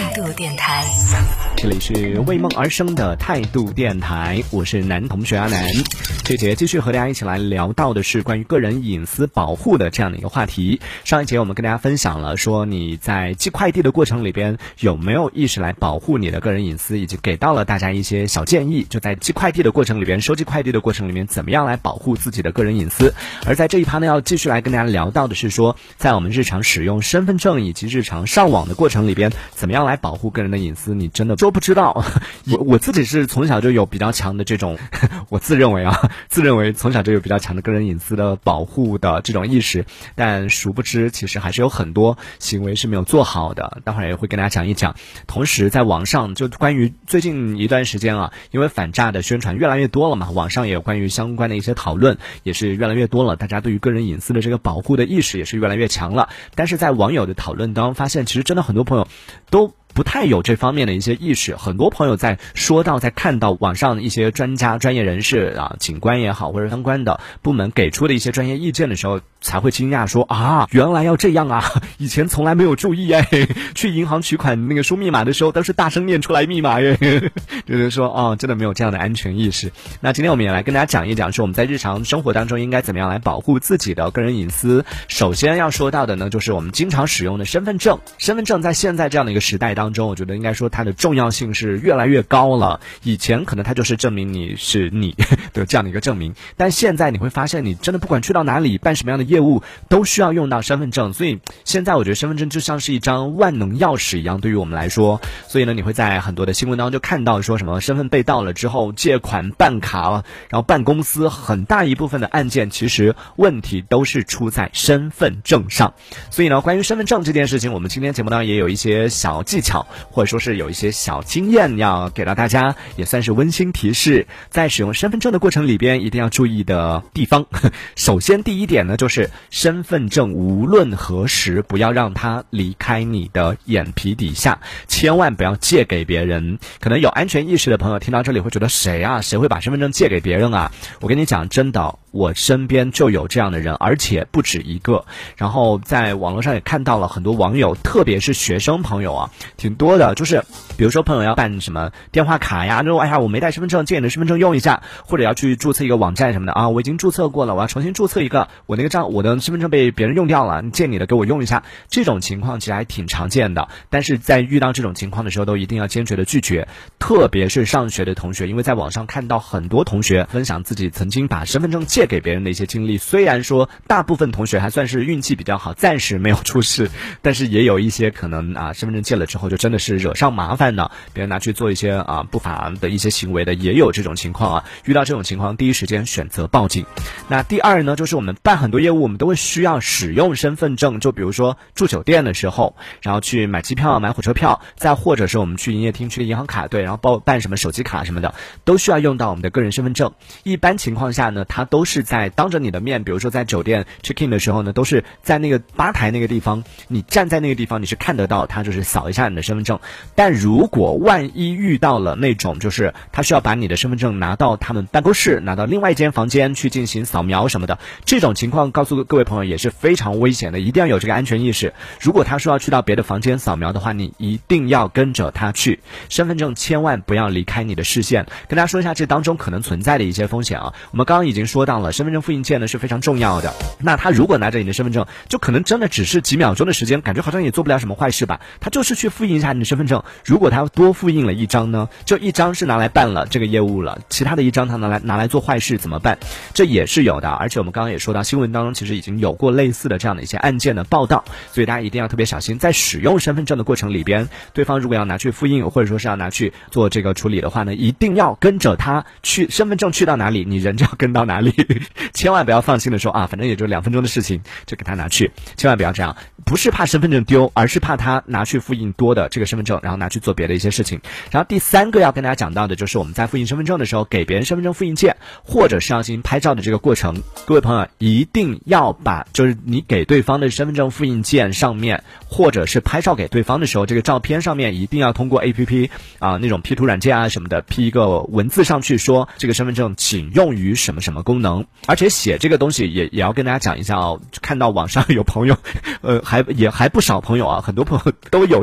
态度电台， 这里是为梦而生的态度电台，我是男同学阿南。这节继续和大家一起来聊到的是关于个人隐私保护的这样的一个话题。上一节我们跟大家分享了说你在寄快递的过程里边有没有意识来保护你的个人隐私，以及给到了大家一些小建议，就在寄快递的过程里边，收寄快递的过程里面怎么样来保护自己的个人隐私。而在这一趴呢，要继续来跟大家聊到的是说，在我们日常使用身份证以及日常上网的过程里边，怎么样来保护个人的隐私，你真的说不知道。我自己是从小就有比较强的这种我自认为从小就有比较强的个人隐私的保护的这种意识，但殊不知其实还是有很多行为是没有做好的，待会儿也会跟大家讲一讲。同时在网上就关于最近一段时间啊，因为反诈的宣传越来越多了嘛，网上也有关于相关的一些讨论也是越来越多了，大家对于个人隐私的这个保护的意识也是越来越强了。但是在网友的讨论当中发现，其实真的很多朋友都不太有这方面的一些意识。很多朋友在看到网上一些专家专业人士啊，警官也好或者相关的部门给出的一些专业意见的时候，才会惊讶说啊，原来要这样啊，以前从来没有注意哎，去银行取款那个输密码的时候都是大声念出来密码耶，就是说哦，真的没有这样的安全意识。那今天我们也来跟大家讲一讲，说我们在日常生活当中应该怎么样来保护自己的个人隐私。首先要说到的呢，就是我们经常使用的身份证。身份证在现在这样的一个时代当中，我觉得应该说它的重要性是越来越高了。以前可能它就是证明你是你的这样的一个证明，但现在你会发现，你真的不管去到哪里办什么样的业务都需要用到身份证。所以现在我觉得身份证就像是一张万能钥匙一样，对于我们来说。所以呢，你会在很多的新闻当中就看到说什么身份被盗了之后，借款办卡，然后办公司，很大一部分的案件其实问题都是出在身份证上。所以呢，关于身份证这件事情，我们今天节目当中也有一些小技巧，或者说是有一些小经验要给到大家，也算是温馨提示。在使用身份证的过程里边一定要注意的地方，首先第一点呢，就是身份证无论何时不要让它离开你的眼皮底下，千万不要借给别人。可能有安全意识的朋友听到这里会觉得谁会把身份证借给别人啊？我跟你讲，真的，我身边就有这样的人，而且不止一个。然后在网络上也看到了很多网友，特别是学生朋友啊，挺多的，就是比如说朋友要办什么电话卡呀，就哎呀我没带身份证，借你的身份证用一下，或者要去注册一个网站什么的啊，我已经注册过了，我要重新注册一个，我的身份证被别人用掉了，你借你的给我用一下。这种情况其实还挺常见的，但是在遇到这种情况的时候都一定要坚决的拒绝，特别是上学的同学，因为在网上看到很多同学分享自己曾经把身份证借给别人的一些经历。虽然说大部分同学还算是运气比较好，暂时没有出事，但是也有一些可能身份证借了之后就真的是惹上麻烦的，别人拿去做一些不法的一些行为的，也有这种情况啊。遇到这种情况，第一时间选择报警。那第二呢，就是我们办很多业务，我们都会需要使用身份证，就比如说住酒店的时候，然后去买机票、买火车票，再或者是我们去营业厅、去银行卡队，然后办什么手机卡什么的，都需要用到我们的个人身份证。一般情况下呢，它都是在当着你的面，比如说在酒店 check in 的时候呢，都是在那个吧台那个地方，你站在那个地方你是看得到，它就是扫一下你的身份证。但如果万一遇到了那种就是他需要把你的身份证拿到他们办公室，拿到另外一间房间去进行扫描什么的，这种情况告诉各位朋友也是非常危险的，一定要有这个安全意识。如果他说要去到别的房间扫描的话，你一定要跟着他去，身份证千万不要离开你的视线。跟大家说一下这当中可能存在的一些风险啊。我们刚刚已经说到了，身份证复印件呢是非常重要的，那他如果拿着你的身份证，就可能真的只是几秒钟的时间，感觉好像也做不了什么坏事吧，他就是去复印一下你的身份证。如果他多复印了一张呢，就一张是拿来办了这个业务了，其他的一张他拿来做坏事怎么办？这也是有的。而且我们刚刚也说到，新闻当中其实已经有过类似的这样的一些案件的报道，所以大家一定要特别小心，在使用身份证的过程里边，对方如果要拿去复印或者说是要拿去做这个处理的话呢，一定要跟着他去，身份证去到哪里你人就要跟到哪里，千万不要放心的说反正也就2分钟的事情就给他拿去，千万不要这样。不是怕身份证丢，而是怕他拿去复印多的这个身份证，然后拿去做别的一些事情。然后第三个要跟大家讲到的就是我们在复印身份证的时候，给别人身份证复印件或者是要进行拍照的这个过程，各位朋友一定要把就是你给对方的身份证复印件上面，或者是拍照给对方的时候，这个照片上面一定要通过 APP 那种 P 图软件什么的 P 一个文字上去，说这个身份证仅用于什么什么功能。而且写这个东西也要跟大家讲一下看到网上有朋友还不少朋友很多朋友都有这样的操作，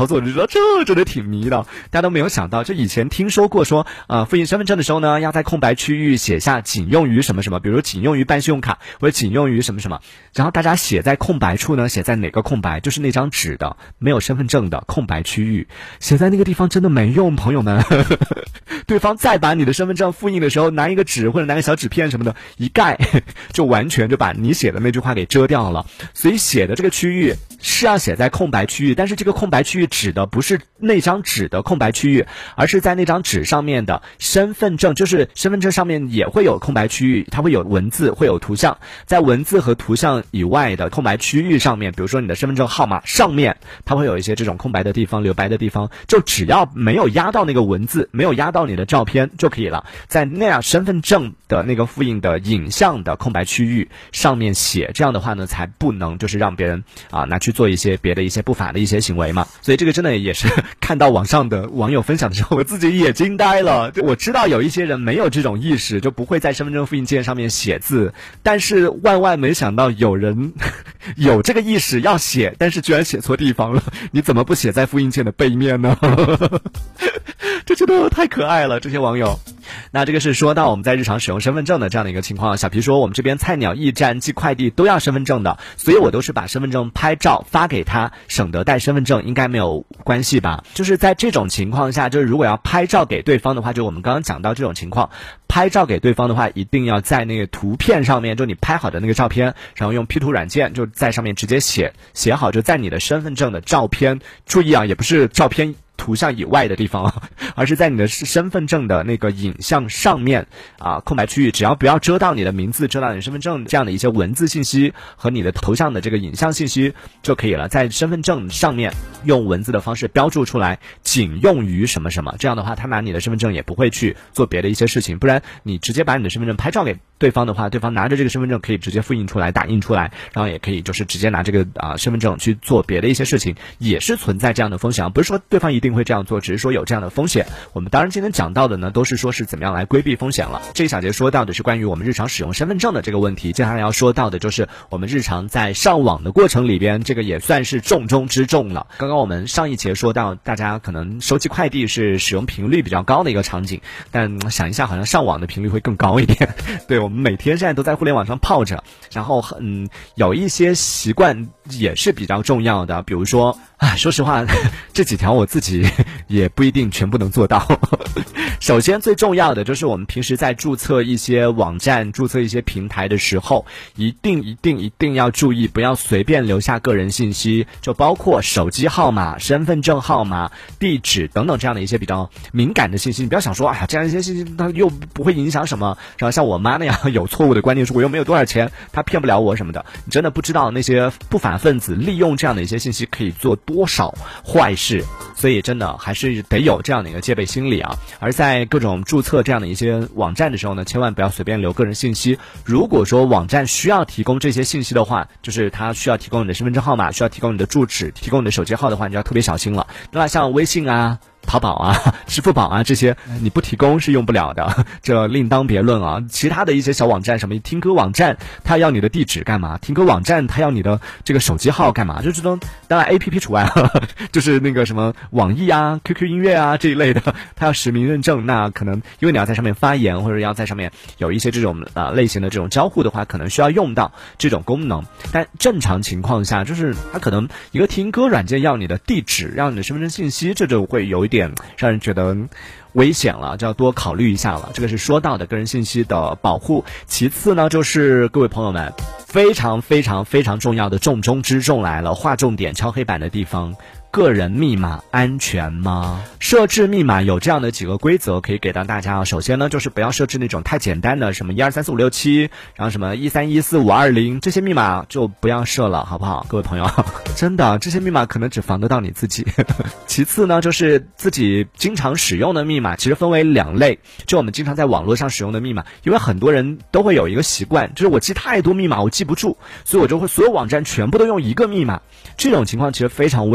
作，就知道这真的挺迷的。大家都没有想到，就以前听说过说，复印身份证的时候呢，要在空白区域写下仅用于什么什么，比如仅用于办信用卡或者仅用于什么什么，然后大家写在空白处呢，写在哪个空白，就是那张纸的没有身份证的空白区域，写在那个地方真的没用，朋友们。对方再把你的身份证复印的时候，拿一个纸或者拿个小纸片什么的一盖，就完全就把你写的那句话给遮掉了。所以写的这个区域是要写在空白区域，但是这个空白区域指的不是那张纸的空白区域，而是在那张纸上面的身份证，就是身份证上面也会有空白区域，它会有文字，会有图像，在文字和图像以外的空白区域上面，比如说你的身份证号码上面，它会有一些这种空白的地方、留白的地方，就只要没有压到那个文字，没有压到你的照片就可以了，在那样身份证的那个复印的影像的空白区域上面写，这样的话呢，才不能就是让别人拿去做一些别的一些不法的一些行为嘛。所以这个真的也是看到网上的网友分享的时候，我自己也惊呆了。我知道有一些人没有这种意识，就不会在身份证复印件上面写字，但是万万没想到有人有这个意识要写，但是居然写错地方了。你怎么不写在复印件的背面呢？这真的太可爱了，这些网友。那这个是说到我们在日常使用身份证的这样的一个情况。小皮说我们这边菜鸟驿站寄快递都要身份证的，所以我都是把身份证拍照发给他，省得带身份证，应该没有关系吧。就是在这种情况下，就是如果要拍照给对方的话，就我们刚刚讲到这种情况，拍照给对方的话，一定要在那个图片上面，就你拍好的那个照片，然后用 P 图软件就在上面直接写好，就在你的身份证的照片，注意啊，也不是照片图像以外的地方，而是在你的身份证的那个影像上面空白区域，只要不要遮到你的名字，遮到你的身份证这样的一些文字信息和你的头像的这个影像信息就可以了。在身份证上面用文字的方式标注出来，仅用于什么什么，这样的话他拿你的身份证也不会去做别的一些事情。不然你直接把你的身份证拍照给对方的话，对方拿着这个身份证可以直接复印出来，打印出来，然后也可以就是直接拿这个身份证去做别的一些事情，也是存在这样的风险。不是说对方一定会这样做，只是说有这样的风险。我们当然今天讲到的呢，都是说是怎么样来规避风险了。这一小节说到的是关于我们日常使用身份证的这个问题，接下来要说到的就是我们日常在上网的过程里边，这个也算是重中之重了。刚刚我们上一节说到，大家可能收寄快递是使用频率比较高的一个场景，但想一下，好像上网的频率会更高一点。对，我们每天现在都在互联网上泡着，然后有一些习惯也是比较重要的，比如说说实话，这几条我自己也不一定全部能做到。首先最重要的就是我们平时在注册一些网站、注册一些平台的时候，一定要注意，不要随便留下个人信息，就包括手机号码、身份证号码、地址等等这样的一些比较敏感的信息。你不要想说，这样一些信息它又不会影响什么，然后像我妈那样有错误的观念，说我又没有多少钱，她骗不了我什么的。你真的不知道那些不法分子利用这样的一些信息可以做多少坏事，所以真的还是得有这样的一个戒备心理啊。而在各种注册这样的一些网站的时候呢，千万不要随便留个人信息。如果说网站需要提供这些信息的话，就是它需要提供你的身份证号码，需要提供你的住址，提供你的手机号的话，你就要特别小心了。那像微信淘宝支付宝这些你不提供是用不了的，这另当别论啊。其他的一些小网站，什么听歌网站，它要你的地址干嘛？听歌网站它要你的这个手机号干嘛？就这种，当然 APP 除外就是那个什么网易QQ 音乐这一类的，它要实名认证，那可能因为你要在上面发言，或者要在上面有一些这种类型的这种交互的话，可能需要用到这种功能。但正常情况下，就是它可能一个听歌软件要你的地址，要你的身份证信息，这就会有一点让人觉得危险了，就要多考虑一下了。这个是说到的个人信息的保护。其次呢，就是各位朋友们非常非常非常重要的重中之重来了，划重点敲黑板的地方，个人密码安全吗？设置密码有这样的几个规则可以给到大家。首先呢，就是不要设置那种太简单的什么1234567，然后什么1314520，这些密码就不要设了，好不好？各位朋友，真的这些密码可能只防得到你自己。其次呢，就是自己经常使用的密码其实分为两类，就我们经常在网络上使用的密码，因为很多人都会有一个习惯，就是我记太多密码我记不住，所以我就会所有网站全部都用一个密码，这种情况其实非常危险。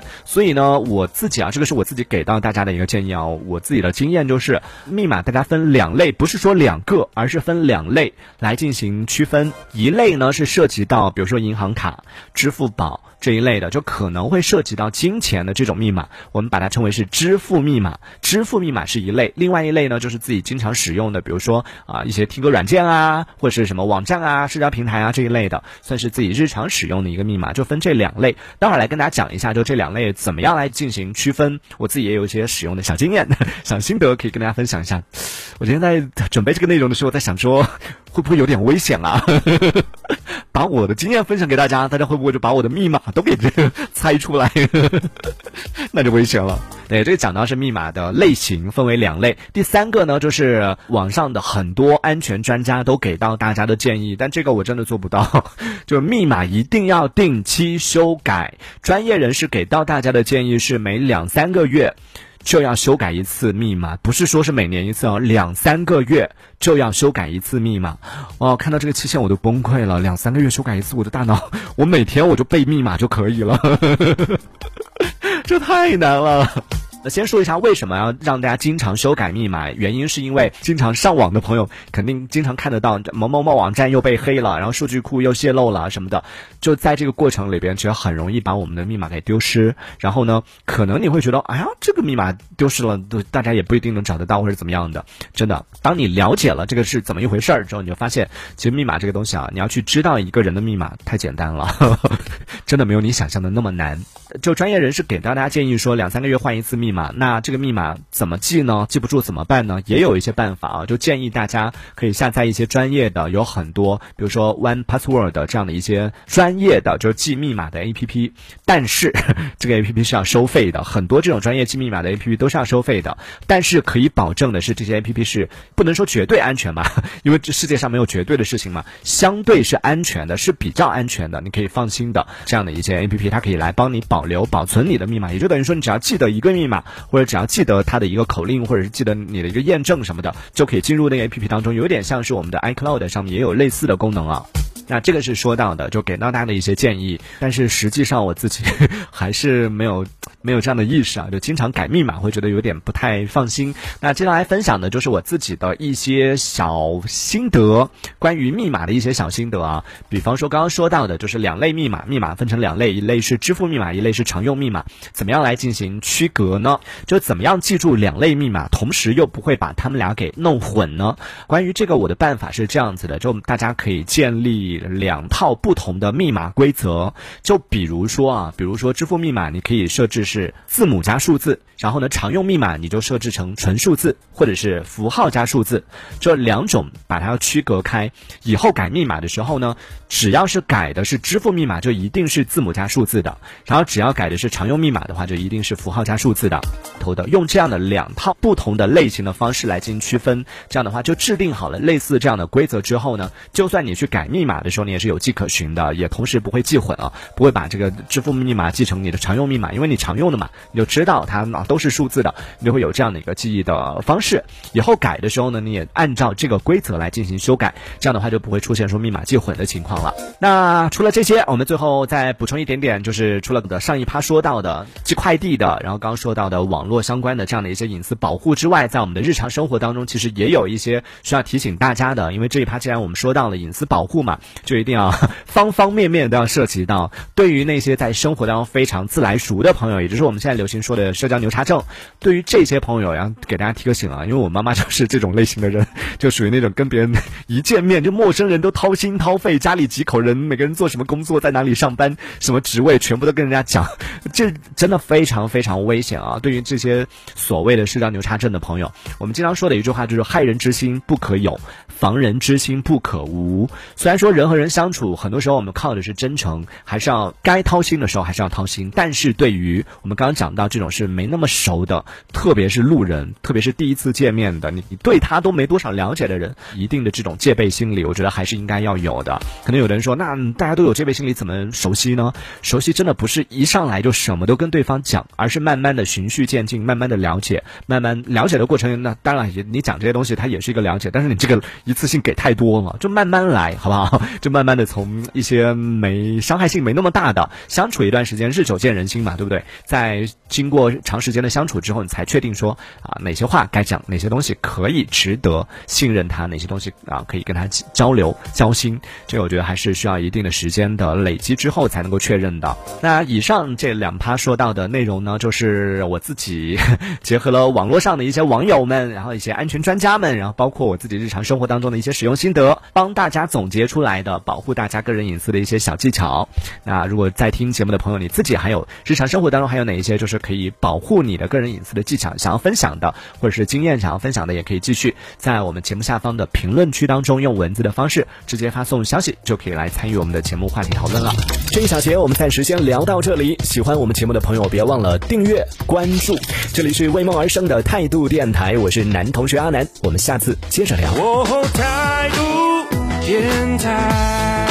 所以呢，我自己啊，这个是我自己给到大家的一个建议啊，我自己的经验就是密码大家分2类，不是说2个，而是分2类来进行区分。一类呢是涉及到比如说银行卡、支付宝这一类的，就可能会涉及到金钱的这种密码，我们把它称为是支付密码。支付密码是一类，另外一类呢就是自己经常使用的，比如说一些听歌软件啊，或者是什么网站啊、社交平台啊这一类的，算是自己日常使用的一个密码，就分这2类。待会儿来跟大家讲一下，就这2类怎么样来进行区分，我自己也有一些使用的小经验、小心得可以跟大家分享一下。我今天在准备这个内容的时候，在想说会不会有点危险啊？把我的经验分享给大家，大家会不会就把我的密码都给猜出来？那就危险了。对，这个讲到是密码的类型分为2类。第3个呢，就是网上的很多安全专家都给到大家的建议，但这个我真的做不到。就密码一定要定期修改，专业人士给到大家的建议是每2-3个月就要修改一次密码，不是说是每年一次哦，2-3个月就要修改一次密码。看到这个期限我都崩溃了，2-3个月修改一次，我的大脑，我每天我就背密码就可以了。这太难了。先说一下为什么要让大家经常修改密码，原因是因为经常上网的朋友肯定经常看得到某某某网站又被黑了，然后数据库又泄露了什么的，就在这个过程里边其实很容易把我们的密码给丢失。然后呢，可能你会觉得哎呀这个密码丢失了，大家也不一定能找得到或者怎么样的。真的，当你了解了这个是怎么一回事之后，你就发现其实密码这个东西啊，你要去知道一个人的密码太简单了。真的没有你想象的那么难。就专业人士给到大家建议说2-3个月换一次密码，那这个密码怎么记呢？记不住怎么办呢？也有一些办法啊，就建议大家可以下载一些专业的，有很多比如说 One Password 这样的一些专业的就是记密码的 APP， 但是这个 APP 是要收费的，很多这种专业记密码的 APP 都是要收费的，但是可以保证的是这些 APP 是不能说绝对安全嘛，因为这世界上没有绝对的事情嘛，相对是安全的，是比较安全的，你可以放心的这样的一些 APP， 它可以来帮你保存你的密码，也就等于说你只要记得一个密码，或者只要记得它的一个口令，或者是记得你的一个验证什么的，就可以进入那个 APP 当中，有点像是我们的 iCloud 上面也有类似的功能啊。那这个是说到的，就给到大家的一些建议，但是实际上我自己还是没有这样的意识啊，就经常改密码会觉得有点不太放心。那接下来分享的就是我自己的一些小心得，关于密码的一些小心得啊。比方说刚刚说到的就是2类密码，密码分成2类，一类是支付密码，一类是常用密码。怎么样来进行区隔呢？就怎么样记住2类密码，同时又不会把它们俩给弄混呢？关于这个我的办法是这样子的，就大家可以建立2套不同的密码规则。就比如说支付密码你可以设置是字母加数字，然后呢常用密码你就设置成纯数字或者是符号加数字，这2种把它要区隔开。以后改密码的时候呢，只要是改的是支付密码就一定是字母加数字的，然后只要改的是常用密码的话就一定是符号加数字的。用这样的2套不同的类型的方式来进行区分，这样的话就制定好了类似这样的规则之后呢，就算你去改密码的时候你也是有迹可循的，也同时不会记混啊，不会把这个支付密码记成你的常用密码，因为你常用的嘛，你就知道它都是数字的，你就会有这样的一个记忆的方式。以后改的时候呢，你也按照这个规则来进行修改，这样的话就不会出现说密码记混的情况了。那除了这些，我们最后再补充一点点，就是除了上一趴说到的寄快递的，然后刚刚说到的网络相关的这样的一些隐私保护之外，在我们的日常生活当中其实也有一些需要提醒大家的。因为这一趴既然我们说到了隐私保护嘛，就一定要方方面面都要涉及到。对于那些在生活当中非常自来熟的朋友，也就是我们现在流行说的社交牛叉症，对于这些朋友要给大家提个醒啊，因为我妈妈就是这种类型的人，就属于那种跟别人一见面就陌生人都掏心掏肺，家里几口人每个人做什么工作，在哪里上班，什么职位全部都跟人家讲，这真的非常非常危险啊。对于这些所谓的社交牛叉症的朋友，我们经常说的一句话就是害人之心不可有，防人之心不可无。虽然说人和人相处很多时候我们靠的是真诚，还是要该掏心的时候还是要掏心，但是对于我们刚刚讲到这种是没那么熟的，特别是路人，特别是第一次见面的，你对他都没多少了解的人，一定的这种戒备心理我觉得还是应该要有的。可能有人说那大家都有戒备心理怎么熟悉呢？熟悉真的不是一上来就什么都跟对方讲，而是慢慢的循序渐进，慢慢的了解，慢慢了解的过程，那当然你讲这些东西它也是一个了解，但是你这个一次性给太多了，就慢慢来好不好？就慢慢的从一些伤害性没那么大的相处一段时间，日久见人心嘛，对不对？ 在经过长时间的相处之后，你才确定说哪些话该讲，哪些东西可以值得信任他，哪些东西可以跟他交流交心。这个我觉得还是需要一定的时间的累积之后才能够确认的。那以上这2趴说到的内容呢，就是我自己结合了网络上的一些网友们，然后一些安全专家们，然后包括我自己日常生活当中的一些使用心得，帮大家总结出来的保护大家个人隐私的一些小技巧。那如果在听节目的朋友，你自己还有日常生活当中还有哪一些就是可以保护你的个人隐私的技巧想要分享的，或者是经验想要分享的，也可以继续在我们节目下方的评论区当中用文字的方式直接发送消息，就可以来参与我们的节目话题讨论了。 这一小节我们暂时先聊到这里，喜欢我们节目的朋友别忘了订阅关注。这里是为梦而生的态度电台，我是男同学阿南，我们下次接着聊。 态度电台。